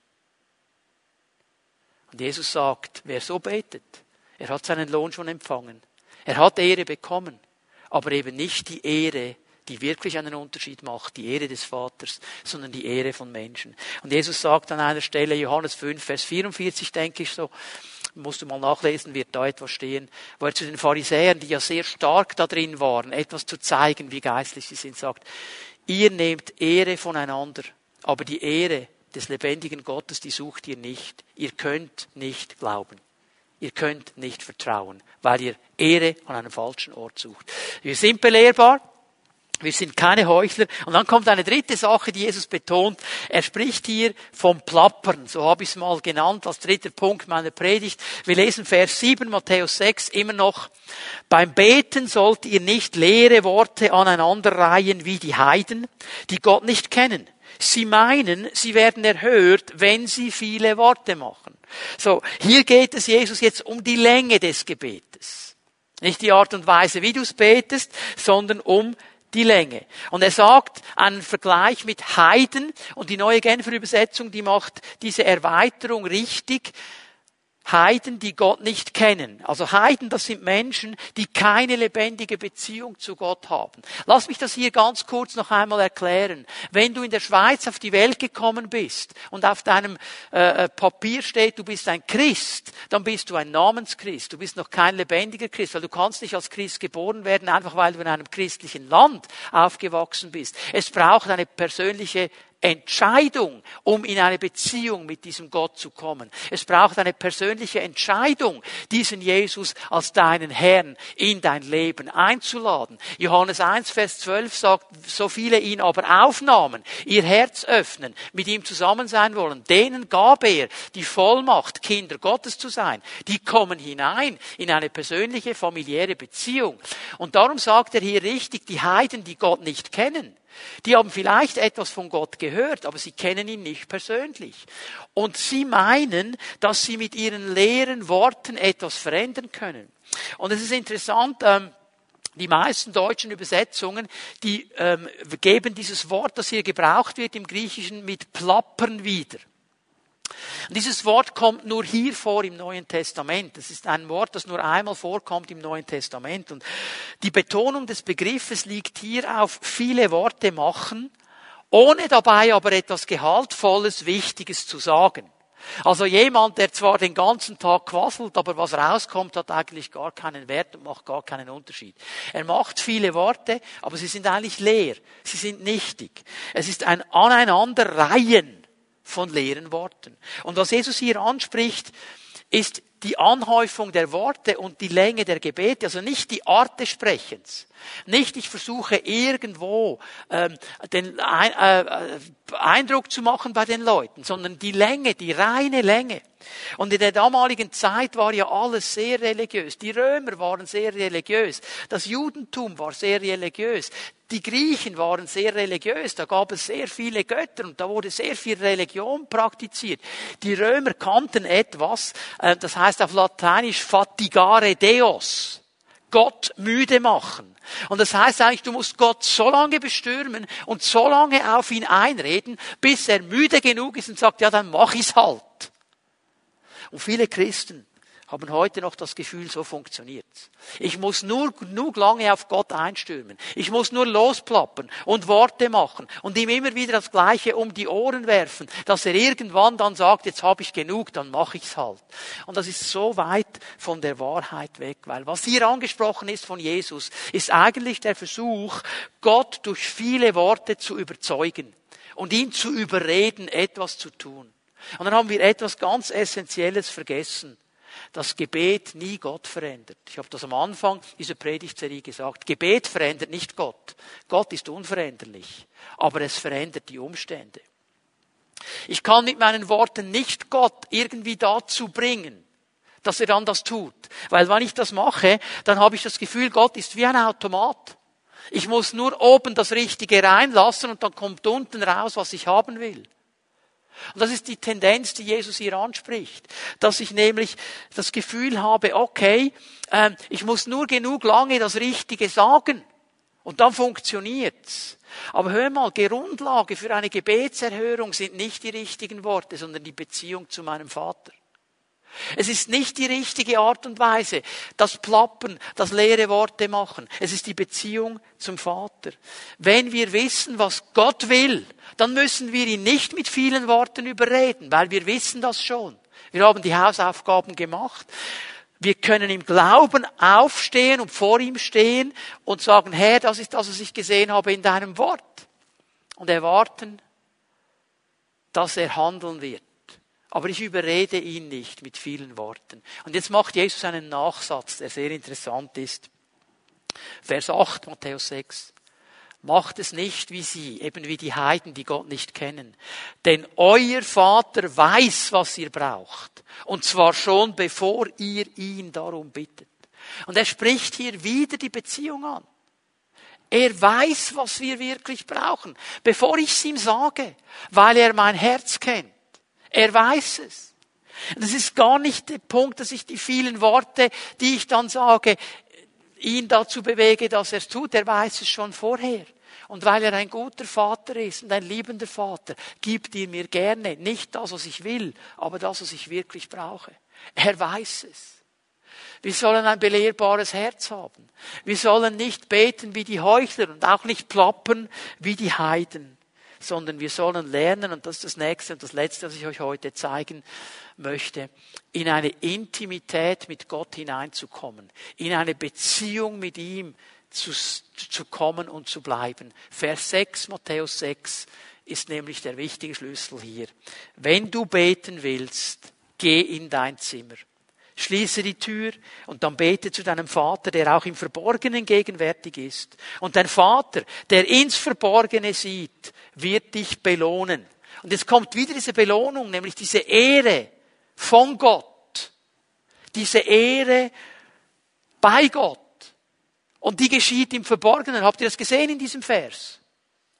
Und Jesus sagt, wer so betet, er hat seinen Lohn schon empfangen. Er hat Ehre bekommen. Aber eben nicht die Ehre, die wirklich einen Unterschied macht, die Ehre des Vaters, sondern die Ehre von Menschen. Und Jesus sagt an einer Stelle, Johannes fünf, Vers vierundvierzig, denke ich so, musst du mal nachlesen, wird da etwas stehen, wo er zu den Pharisäern, die ja sehr stark da drin waren, etwas zu zeigen, wie geistlich sie sind, sagt, ihr nehmt Ehre voneinander, aber die Ehre des lebendigen Gottes, die sucht ihr nicht. Ihr könnt nicht glauben. Ihr könnt nicht vertrauen, weil ihr Ehre an einem falschen Ort sucht. Wir sind belehrbar, wir sind keine Heuchler. Und dann kommt eine dritte Sache, die Jesus betont. Er spricht hier vom Plappern, so habe ich es mal genannt, als dritter Punkt meiner Predigt. Wir lesen Vers sieben, Matthäus sechs, immer noch. Beim Beten sollt ihr nicht leere Worte aneinanderreihen wie die Heiden, die Gott nicht kennen. Sie meinen, sie werden erhört, wenn sie viele Worte machen. So, hier geht es Jesus jetzt um die Länge des Gebetes. Nicht die Art und Weise, wie du es betest, sondern um die Länge. Und er sagt einen Vergleich mit Heiden, und die Neue Genfer Übersetzung, die macht diese Erweiterung richtig. Heiden, die Gott nicht kennen. Also Heiden, das sind Menschen, die keine lebendige Beziehung zu Gott haben. Lass mich das hier ganz kurz noch einmal erklären. Wenn du in der Schweiz auf die Welt gekommen bist und auf deinem äh, Papier steht, du bist ein Christ, dann bist du ein Namenschrist. Du bist noch kein lebendiger Christ, weil du kannst nicht als Christ geboren werden, einfach weil du in einem christlichen Land aufgewachsen bist. Es braucht eine persönliche Entscheidung, um in eine Beziehung mit diesem Gott zu kommen. Es braucht eine persönliche Entscheidung, diesen Jesus als deinen Herrn in dein Leben einzuladen. Johannes eins, Vers zwölf sagt, so viele ihn aber aufnahmen, ihr Herz öffnen, mit ihm zusammen sein wollen, denen gab er die Vollmacht, Kinder Gottes zu sein. Die kommen hinein in eine persönliche, familiäre Beziehung. Und darum sagt er hier richtig, die Heiden, die Gott nicht kennen, Die haben vielleicht etwas von Gott gehört, aber sie kennen ihn nicht persönlich. Und sie meinen, dass sie mit ihren leeren Worten etwas verändern können. Und es ist interessant, ähm, die meisten deutschen Übersetzungen, die ähm, geben dieses Wort, das hier gebraucht wird im Griechischen, mit plappern wieder. Und dieses Wort kommt nur hier vor im Neuen Testament. Das ist ein Wort, das nur einmal vorkommt im Neuen Testament. Und die Betonung des Begriffes liegt hier auf viele Worte machen, ohne dabei aber etwas Gehaltvolles, Wichtiges zu sagen. Also jemand, der zwar den ganzen Tag quasselt, aber was rauskommt, hat eigentlich gar keinen Wert und macht gar keinen Unterschied. Er macht viele Worte, aber sie sind eigentlich leer. Sie sind nichtig. Es ist ein Aneinanderreihen von leeren Worten. Und was Jesus hier anspricht, ist die Anhäufung der Worte und die Länge der Gebete, also nicht die Art des Sprechens. Nicht, ich versuche irgendwo ähm, den ein, äh, Eindruck zu machen bei den Leuten, sondern die Länge, die reine Länge. Und in der damaligen Zeit war ja alles sehr religiös. Die Römer waren sehr religiös. Das Judentum war sehr religiös. Die Griechen waren sehr religiös, da gab es sehr viele Götter und da wurde sehr viel Religion praktiziert. Die Römer kannten etwas, das heißt auf Lateinisch fatigare Deos, Gott müde machen. Und das heißt eigentlich, du musst Gott so lange bestürmen und so lange auf ihn einreden, bis er müde genug ist und sagt, ja, dann mach ich's halt. Und viele Christen haben heute noch das Gefühl, so funktioniert's. Ich muss nur genug lange auf Gott einstürmen. Ich muss nur losplappern und Worte machen und ihm immer wieder das Gleiche um die Ohren werfen, dass er irgendwann dann sagt, jetzt habe ich genug, dann mache ich's halt. Und das ist so weit von der Wahrheit weg, weil was hier angesprochen ist von Jesus, ist eigentlich der Versuch, Gott durch viele Worte zu überzeugen und ihn zu überreden, etwas zu tun. Und dann haben wir etwas ganz Essentielles vergessen. Das Gebet nie Gott verändert. Ich habe das am Anfang dieser Predigtserie gesagt. Gebet verändert nicht Gott. Gott ist unveränderlich. Aber es verändert die Umstände. Ich kann mit meinen Worten nicht Gott irgendwie dazu bringen, dass er dann das tut. Weil wenn ich das mache, dann habe ich das Gefühl, Gott ist wie ein Automat. Ich muss nur oben das Richtige reinlassen und dann kommt unten raus, was ich haben will. Und das ist die Tendenz, die Jesus hier anspricht. Dass ich nämlich das Gefühl habe, okay, äh, ich muss nur genug lange das Richtige sagen. Und dann funktioniert's. Aber hör mal, Grundlage für eine Gebetserhörung sind nicht die richtigen Worte, sondern die Beziehung zu meinem Vater. Es ist nicht die richtige Art und Weise, das Plappern, das leere Worte machen. Es ist die Beziehung zum Vater. Wenn wir wissen, was Gott will, dann müssen wir ihn nicht mit vielen Worten überreden, weil wir wissen das schon. Wir haben die Hausaufgaben gemacht. Wir können im Glauben aufstehen und vor ihm stehen und sagen, Herr, das ist das, was ich gesehen habe in deinem Wort. Und erwarten, dass er handeln wird. Aber ich überrede ihn nicht mit vielen Worten. Und jetzt macht Jesus einen Nachsatz, der sehr interessant ist. Vers acht, Matthäus sechs. Macht es nicht wie sie, eben wie die Heiden, die Gott nicht kennen. Denn euer Vater weiß, was ihr braucht. Und zwar schon, bevor ihr ihn darum bittet. Und er spricht hier wieder die Beziehung an. Er weiß, was wir wirklich brauchen, bevor ich es ihm sage, weil er mein Herz kennt. Er weiß es. Das ist gar nicht der Punkt, dass ich die vielen Worte, die ich dann sage, ihn dazu bewege, dass er es tut. Er weiß es schon vorher. Und weil er ein guter Vater ist und ein liebender Vater, gibt er mir gerne nicht das, was ich will, aber das, was ich wirklich brauche. Er weiß es. Wir sollen ein belehrbares Herz haben. Wir sollen nicht beten wie die Heuchler und auch nicht plappern wie die Heiden. Sondern wir sollen lernen, und das ist das Nächste und das Letzte, was ich euch heute zeigen möchte, in eine Intimität mit Gott hineinzukommen, in eine Beziehung mit ihm zu, zu kommen und zu bleiben. Vers sechs, Matthäus sechs, ist nämlich der wichtige Schlüssel hier. Wenn du beten willst, geh in dein Zimmer. Schließe die Tür und dann bete zu deinem Vater, der auch im Verborgenen gegenwärtig ist. Und dein Vater, der ins Verborgene sieht, wird dich belohnen. Und jetzt kommt wieder diese Belohnung, nämlich diese Ehre von Gott. Diese Ehre bei Gott. Und die geschieht im Verborgenen. Habt ihr das gesehen in diesem Vers?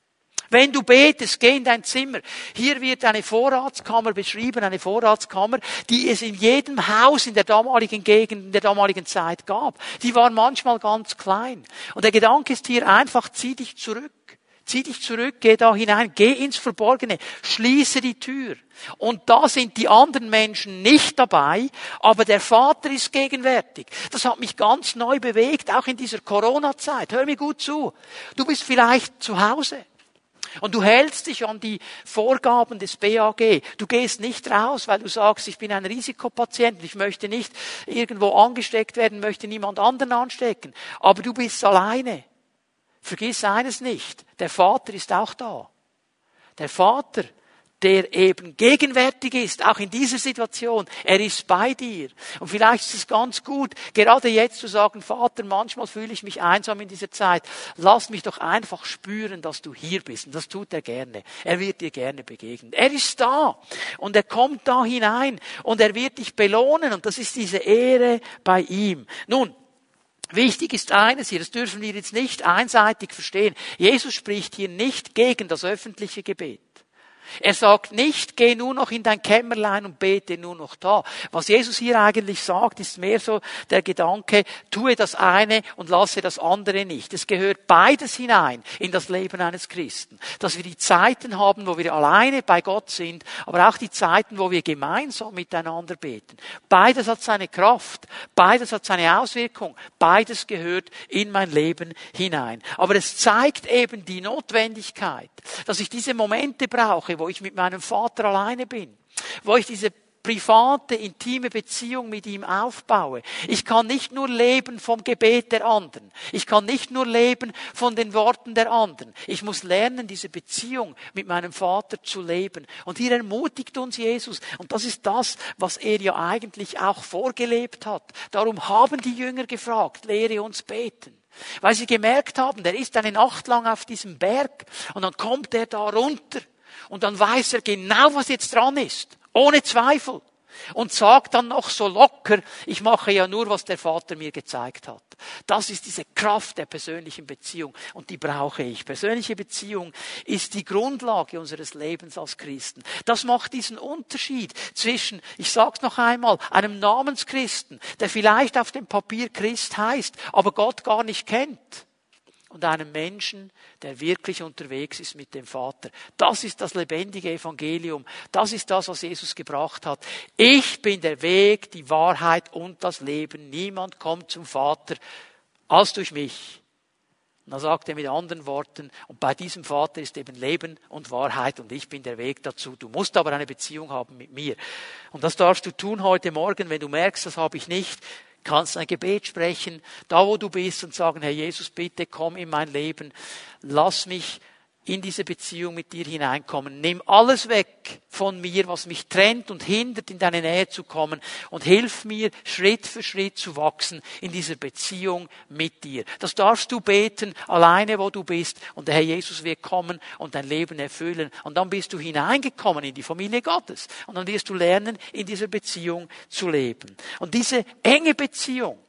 Wenn du betest, geh in dein Zimmer. Hier wird eine Vorratskammer beschrieben, eine Vorratskammer, die es in jedem Haus in der damaligen Gegend, in der damaligen Zeit gab. Die war manchmal ganz klein. Und der Gedanke ist hier einfach, zieh dich zurück. Zieh dich zurück, geh da hinein, geh ins Verborgene, schließe die Tür. Und da sind die anderen Menschen nicht dabei, aber der Vater ist gegenwärtig. Das hat mich ganz neu bewegt, auch in dieser Corona-Zeit. Hör mir gut zu. Du bist vielleicht zu Hause. Und du hältst dich an die Vorgaben des B A G. Du gehst nicht raus, weil du sagst, ich bin ein Risikopatient, ich möchte nicht irgendwo angesteckt werden, möchte niemand anderen anstecken. Aber du bist alleine. Vergiss eines nicht, der Vater ist auch da. Der Vater, der eben gegenwärtig ist, auch in dieser Situation, er ist bei dir. Und vielleicht ist es ganz gut, gerade jetzt zu sagen, Vater, manchmal fühle ich mich einsam in dieser Zeit. Lass mich doch einfach spüren, dass du hier bist. Und das tut er gerne. Er wird dir gerne begegnen. Er ist da. Und er kommt da hinein. Und er wird dich belohnen. Und das ist diese Ehre bei ihm. Nun, wichtig ist eines hier, das dürfen wir jetzt nicht einseitig verstehen. Jesus spricht hier nicht gegen das öffentliche Gebet. Er sagt nicht, geh nur noch in dein Kämmerlein und bete nur noch da. Was Jesus hier eigentlich sagt, ist mehr so der Gedanke, tue das eine und lasse das andere nicht. Es gehört beides hinein in das Leben eines Christen. Dass wir die Zeiten haben, wo wir alleine bei Gott sind, aber auch die Zeiten, wo wir gemeinsam miteinander beten. Beides hat seine Kraft, beides hat seine Auswirkung, beides gehört in mein Leben hinein. Aber es zeigt eben die Notwendigkeit, dass ich diese Momente brauche, wo ich mit meinem Vater alleine bin, wo ich diese private, intime Beziehung mit ihm aufbaue. Ich kann nicht nur leben vom Gebet der anderen. Ich kann nicht nur leben von den Worten der anderen. Ich muss lernen, diese Beziehung mit meinem Vater zu leben. Und hier ermutigt uns Jesus. Und das ist das, was er ja eigentlich auch vorgelebt hat. Darum haben die Jünger gefragt, lehre uns beten. Weil sie gemerkt haben, der ist eine Nacht lang auf diesem Berg und dann kommt er da runter. Und dann weiß er genau, was jetzt dran ist. Ohne Zweifel. Und sagt dann noch so locker, ich mache ja nur, was der Vater mir gezeigt hat. Das ist diese Kraft der persönlichen Beziehung. Und die brauche ich. Persönliche Beziehung ist die Grundlage unseres Lebens als Christen. Das macht diesen Unterschied zwischen, ich sag's noch einmal, einem Namenschristen, der vielleicht auf dem Papier Christ heißt, aber Gott gar nicht kennt. Und einem Menschen, der wirklich unterwegs ist mit dem Vater. Das ist das lebendige Evangelium. Das ist das, was Jesus gebracht hat. Ich bin der Weg, die Wahrheit und das Leben. Niemand kommt zum Vater als durch mich. Und dann sagt er mit anderen Worten, und bei diesem Vater ist eben Leben und Wahrheit und ich bin der Weg dazu. Du musst aber eine Beziehung haben mit mir. Und das darfst du tun heute Morgen, wenn du merkst, das habe ich nicht. Kannst ein Gebet sprechen, da wo du bist und sagen, Herr Jesus, bitte komm in mein Leben, lass mich in diese Beziehung mit dir hineinkommen. Nimm alles weg von mir, was mich trennt und hindert, in deine Nähe zu kommen und hilf mir, Schritt für Schritt zu wachsen in dieser Beziehung mit dir. Das darfst du beten, alleine wo du bist und der Herr Jesus wird kommen und dein Leben erfüllen und dann bist du hineingekommen in die Familie Gottes und dann wirst du lernen, in dieser Beziehung zu leben. Und diese enge Beziehung,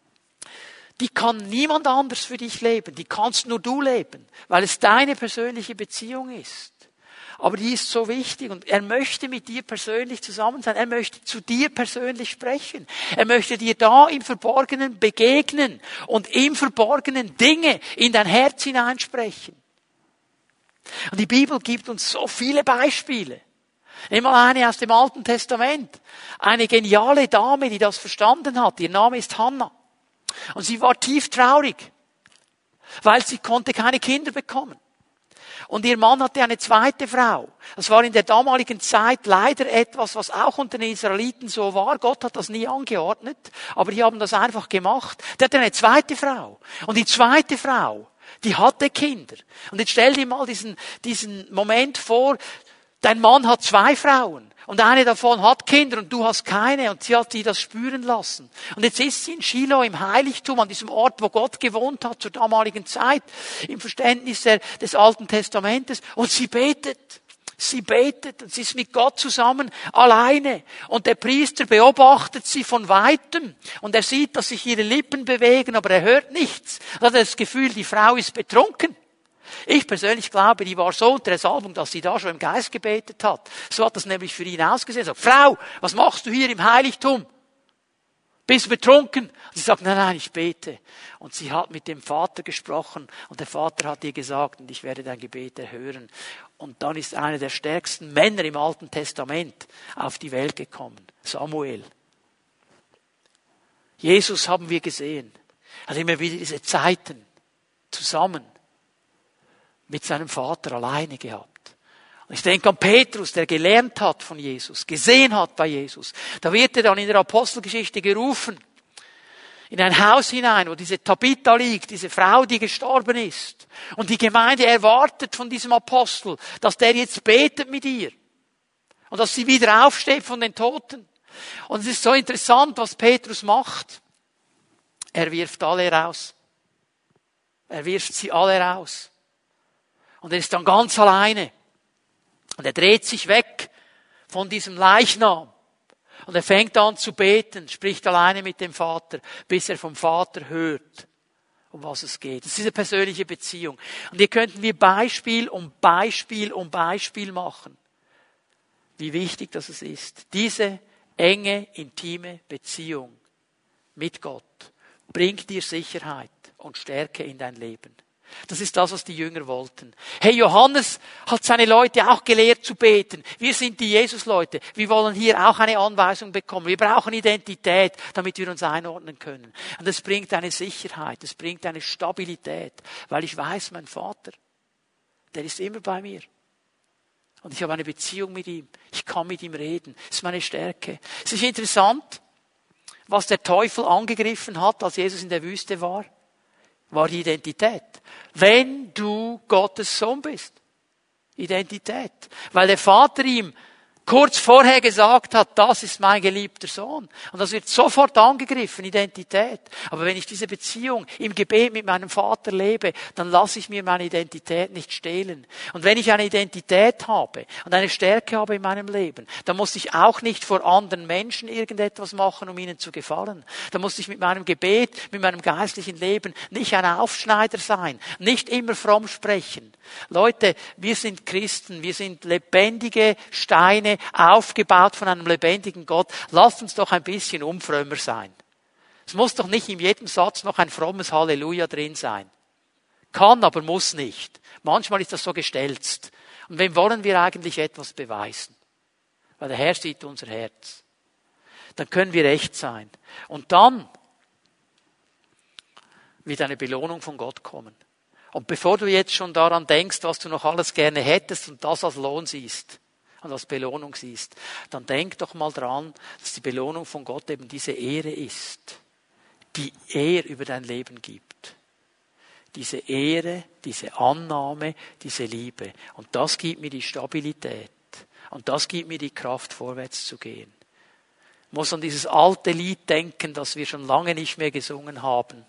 die kann niemand anders für dich leben. Die kannst nur du leben, weil es deine persönliche Beziehung ist. Aber die ist so wichtig und er möchte mit dir persönlich zusammen sein. Er möchte zu dir persönlich sprechen. Er möchte dir da im Verborgenen begegnen und im Verborgenen Dinge in dein Herz hineinsprechen. Und die Bibel gibt uns so viele Beispiele. Nimm mal eine aus dem Alten Testament. Eine geniale Dame, die das verstanden hat. Ihr Name ist Hannah. Und sie war tief traurig, weil sie konnte keine Kinder bekommen. Und ihr Mann hatte eine zweite Frau. Das war in der damaligen Zeit leider etwas, was auch unter den Israeliten so war. Gott hat das nie angeordnet, aber die haben das einfach gemacht. Der hatte eine zweite Frau. Und die zweite Frau, die hatte Kinder. Und jetzt stell dir mal diesen, diesen Moment vor, dein Mann hat zwei Frauen. Und eine davon hat Kinder und du hast keine. Und sie hat die das spüren lassen. Und jetzt ist sie in Shiloh im Heiligtum, an diesem Ort, wo Gott gewohnt hat zur damaligen Zeit, im Verständnis der, des Alten Testamentes. Und sie betet. Sie betet und sie ist mit Gott zusammen, alleine. Und der Priester beobachtet sie von Weitem. Und er sieht, dass sich ihre Lippen bewegen, aber er hört nichts. Er hat das Gefühl, die Frau ist betrunken. Ich persönlich glaube, die war so unter der Salbung, dass sie da schon im Geist gebetet hat. So hat das nämlich für ihn ausgesehen. Sagt, Frau, was machst du hier im Heiligtum? Bist du betrunken? Und sie sagt, nein, nein, ich bete. Und sie hat mit dem Vater gesprochen und der Vater hat ihr gesagt, und ich werde dein Gebet erhören. Und dann ist einer der stärksten Männer im Alten Testament auf die Welt gekommen. Samuel. Jesus haben wir gesehen. Er hat immer wieder diese Zeiten zusammen mit seinem Vater alleine gehabt. Und ich denke an Petrus, der gelernt hat von Jesus, gesehen hat bei Jesus. Da wird er dann in der Apostelgeschichte gerufen, in ein Haus hinein, wo diese Tabitha liegt, diese Frau, die gestorben ist. Und die Gemeinde erwartet von diesem Apostel, dass der jetzt betet mit ihr. Und dass sie wieder aufsteht von den Toten. Und es ist so interessant, was Petrus macht. Er wirft alle raus. Er wirft sie alle raus. Und er ist dann ganz alleine. Und er dreht sich weg von diesem Leichnam. Und er fängt an zu beten, spricht alleine mit dem Vater, bis er vom Vater hört, um was es geht. Das ist eine persönliche Beziehung. Und hier könnten wir Beispiel um Beispiel um Beispiel machen, wie wichtig das ist. Diese enge, intime Beziehung mit Gott bringt dir Sicherheit und Stärke in dein Leben. Das ist das, was die Jünger wollten. Hey, Johannes hat seine Leute auch gelehrt zu beten. Wir sind die Jesus-Leute. Wir wollen hier auch eine Anweisung bekommen. Wir brauchen Identität, damit wir uns einordnen können. Und es bringt eine Sicherheit, es bringt eine Stabilität, weil ich weiß, mein Vater, der ist immer bei mir. Und ich habe eine Beziehung mit ihm. Ich kann mit ihm reden. Das ist meine Stärke. Es ist interessant, was der Teufel angegriffen hat, als Jesus in der Wüste war, war die Identität. Wenn du Gottes Sohn bist. Identität. Weil der Vater ihm kurz vorher gesagt hat, das ist mein geliebter Sohn. Und das wird sofort angegriffen, Identität. Aber wenn ich diese Beziehung im Gebet mit meinem Vater lebe, dann lasse ich mir meine Identität nicht stehlen. Und wenn ich eine Identität habe und eine Stärke habe in meinem Leben, dann muss ich auch nicht vor anderen Menschen irgendetwas machen, um ihnen zu gefallen. Dann muss ich mit meinem Gebet, mit meinem geistlichen Leben nicht ein Aufschneider sein, nicht immer fromm sprechen. Leute, wir sind Christen, wir sind lebendige Steine, aufgebaut von einem lebendigen Gott. Lasst uns doch ein bisschen unfrömmer sein. Es muss doch nicht in jedem Satz noch ein frommes Halleluja drin sein. Kann, aber muss nicht. Manchmal ist das so gestelzt. Und wem wollen wir eigentlich etwas beweisen? Weil der Herr sieht unser Herz. Dann können wir echt sein. Und dann wird eine Belohnung von Gott kommen. Und bevor du jetzt schon daran denkst, was du noch alles gerne hättest und das als Lohn siehst, und als Belohnung siehst, dann denk doch mal dran, dass die Belohnung von Gott eben diese Ehre ist, die er über dein Leben gibt. Diese Ehre, diese Annahme, diese Liebe. Und das gibt mir die Stabilität. Und das gibt mir die Kraft, vorwärts zu gehen. Ich muss an dieses alte Lied denken, das wir schon lange nicht mehr gesungen haben.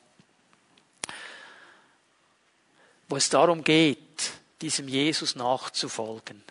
Wo es darum geht, diesem Jesus nachzufolgen.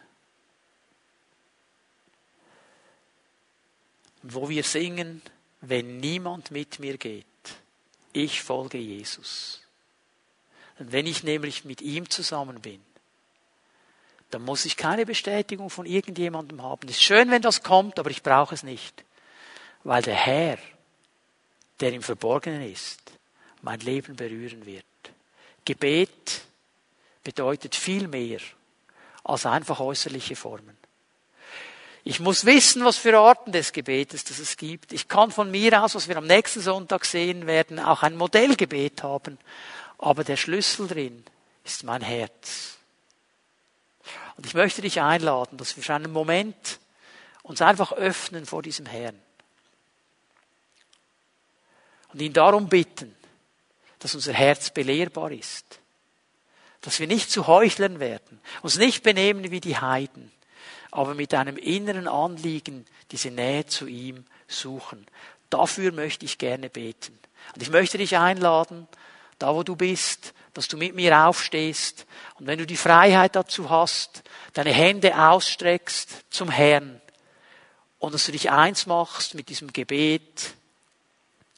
Wo wir singen, wenn niemand mit mir geht, ich folge Jesus. Und wenn ich nämlich mit ihm zusammen bin, dann muss ich keine Bestätigung von irgendjemandem haben. Es ist schön, wenn das kommt, aber ich brauche es nicht. Weil der Herr, der im Verborgenen ist, mein Leben berühren wird. Gebet bedeutet viel mehr als einfach äußerliche Formen. Ich muss wissen, was für Arten des Gebetes das es gibt. Ich kann von mir aus, was wir am nächsten Sonntag sehen werden, auch ein Modellgebet haben. Aber der Schlüssel drin ist mein Herz. Und ich möchte dich einladen, dass wir für einen Moment uns einfach öffnen vor diesem Herrn. Und ihn darum bitten, dass unser Herz belehrbar ist. Dass wir nicht zu Heuchlern werden, uns nicht benehmen wie die Heiden, aber mit einem inneren Anliegen diese Nähe zu ihm suchen. Dafür möchte ich gerne beten. Und ich möchte dich einladen, da wo du bist, dass du mit mir aufstehst und wenn du die Freiheit dazu hast, deine Hände ausstreckst zum Herrn und dass du dich eins machst mit diesem Gebet,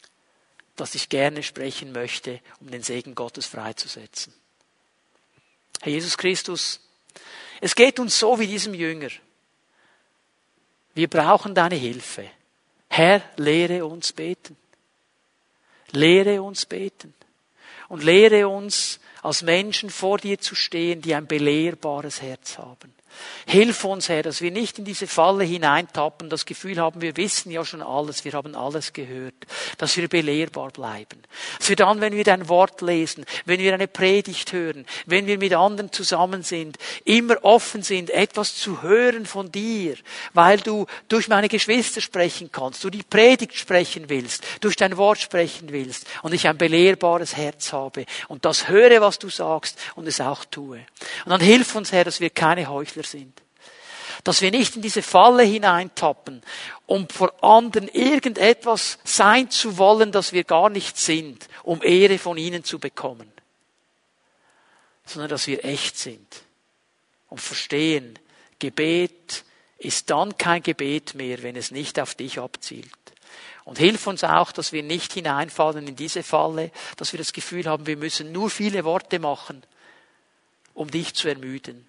das ich gerne sprechen möchte, um den Segen Gottes freizusetzen. Herr Jesus Christus, es geht uns so wie diesem Jünger. Wir brauchen deine Hilfe. Herr, lehre uns beten. Lehre uns beten. Und lehre uns, als Menschen vor dir zu stehen, die ein belehrbares Herz haben. Hilf uns, Herr, dass wir nicht in diese Falle hineintappen, das Gefühl haben, wir wissen ja schon alles, wir haben alles gehört, dass wir belehrbar bleiben. Dass wir dann, wenn wir dein Wort lesen, wenn wir eine Predigt hören, wenn wir mit anderen zusammen sind, immer offen sind, etwas zu hören von dir, weil du durch meine Geschwister sprechen kannst, du die Predigt sprechen willst, durch dein Wort sprechen willst und ich ein belehrbares Herz habe und das höre, was du sagst und es auch tue. Und dann hilf uns, Herr, dass wir keine Heuchler sind. Dass wir nicht in diese Falle hineintappen, um vor anderen irgendetwas sein zu wollen, das wir gar nicht sind, um Ehre von ihnen zu bekommen. Sondern dass wir echt sind und verstehen, Gebet ist dann kein Gebet mehr, wenn es nicht auf dich abzielt. Und hilf uns auch, dass wir nicht hineinfallen in diese Falle, dass wir das Gefühl haben, wir müssen nur viele Worte machen, um dich zu ermüden.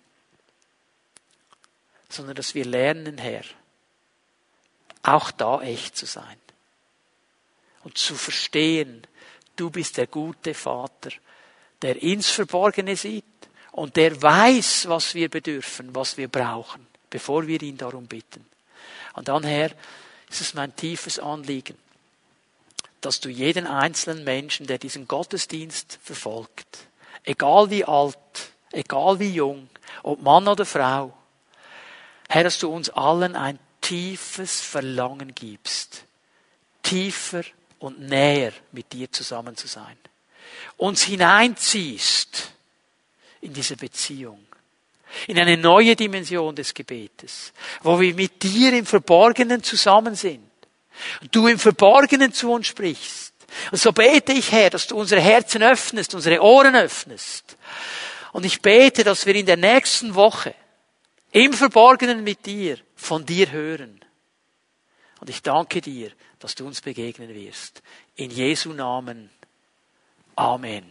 Sondern dass wir lernen, Herr, auch da echt zu sein. Und zu verstehen, du bist der gute Vater, der ins Verborgene sieht und der weiß, was wir bedürfen, was wir brauchen, bevor wir ihn darum bitten. Und dann, Herr, ist es mein tiefes Anliegen, dass du jeden einzelnen Menschen, der diesen Gottesdienst verfolgt, egal wie alt, egal wie jung, ob Mann oder Frau, Herr, dass du uns allen ein tiefes Verlangen gibst, tiefer und näher mit dir zusammen zu sein. Uns hineinziehst in diese Beziehung, in eine neue Dimension des Gebetes, wo wir mit dir im Verborgenen zusammen sind und du im Verborgenen zu uns sprichst. Und so bete ich, Herr, dass du unsere Herzen öffnest, unsere Ohren öffnest. Und ich bete, dass wir in der nächsten Woche im Verborgenen mit dir, von dir hören. Und ich danke dir, dass du uns begegnen wirst. In Jesu Namen. Amen.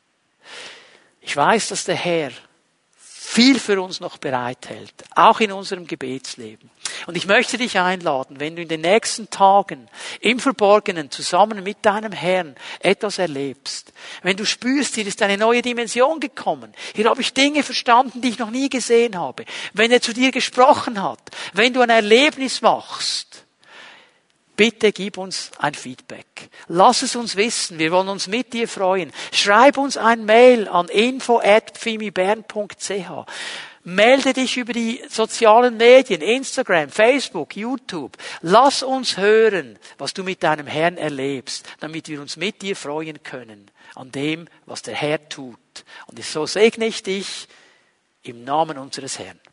Ich weiß, dass der Herr viel für uns noch bereithält, auch in unserem Gebetsleben. Und ich möchte dich einladen, wenn du in den nächsten Tagen im Verborgenen zusammen mit deinem Herrn etwas erlebst, wenn du spürst, hier ist eine neue Dimension gekommen, hier habe ich Dinge verstanden, die ich noch nie gesehen habe, wenn er zu dir gesprochen hat, wenn du ein Erlebnis machst, bitte gib uns ein Feedback. Lass es uns wissen. Wir wollen uns mit dir freuen. Schreib uns ein Mail an info at pfimibern punkt c h. Melde dich über die sozialen Medien, Instagram, Facebook, YouTube. Lass uns hören, was du mit deinem Herrn erlebst, damit wir uns mit dir freuen können an dem, was der Herr tut. Und so segne ich dich im Namen unseres Herrn.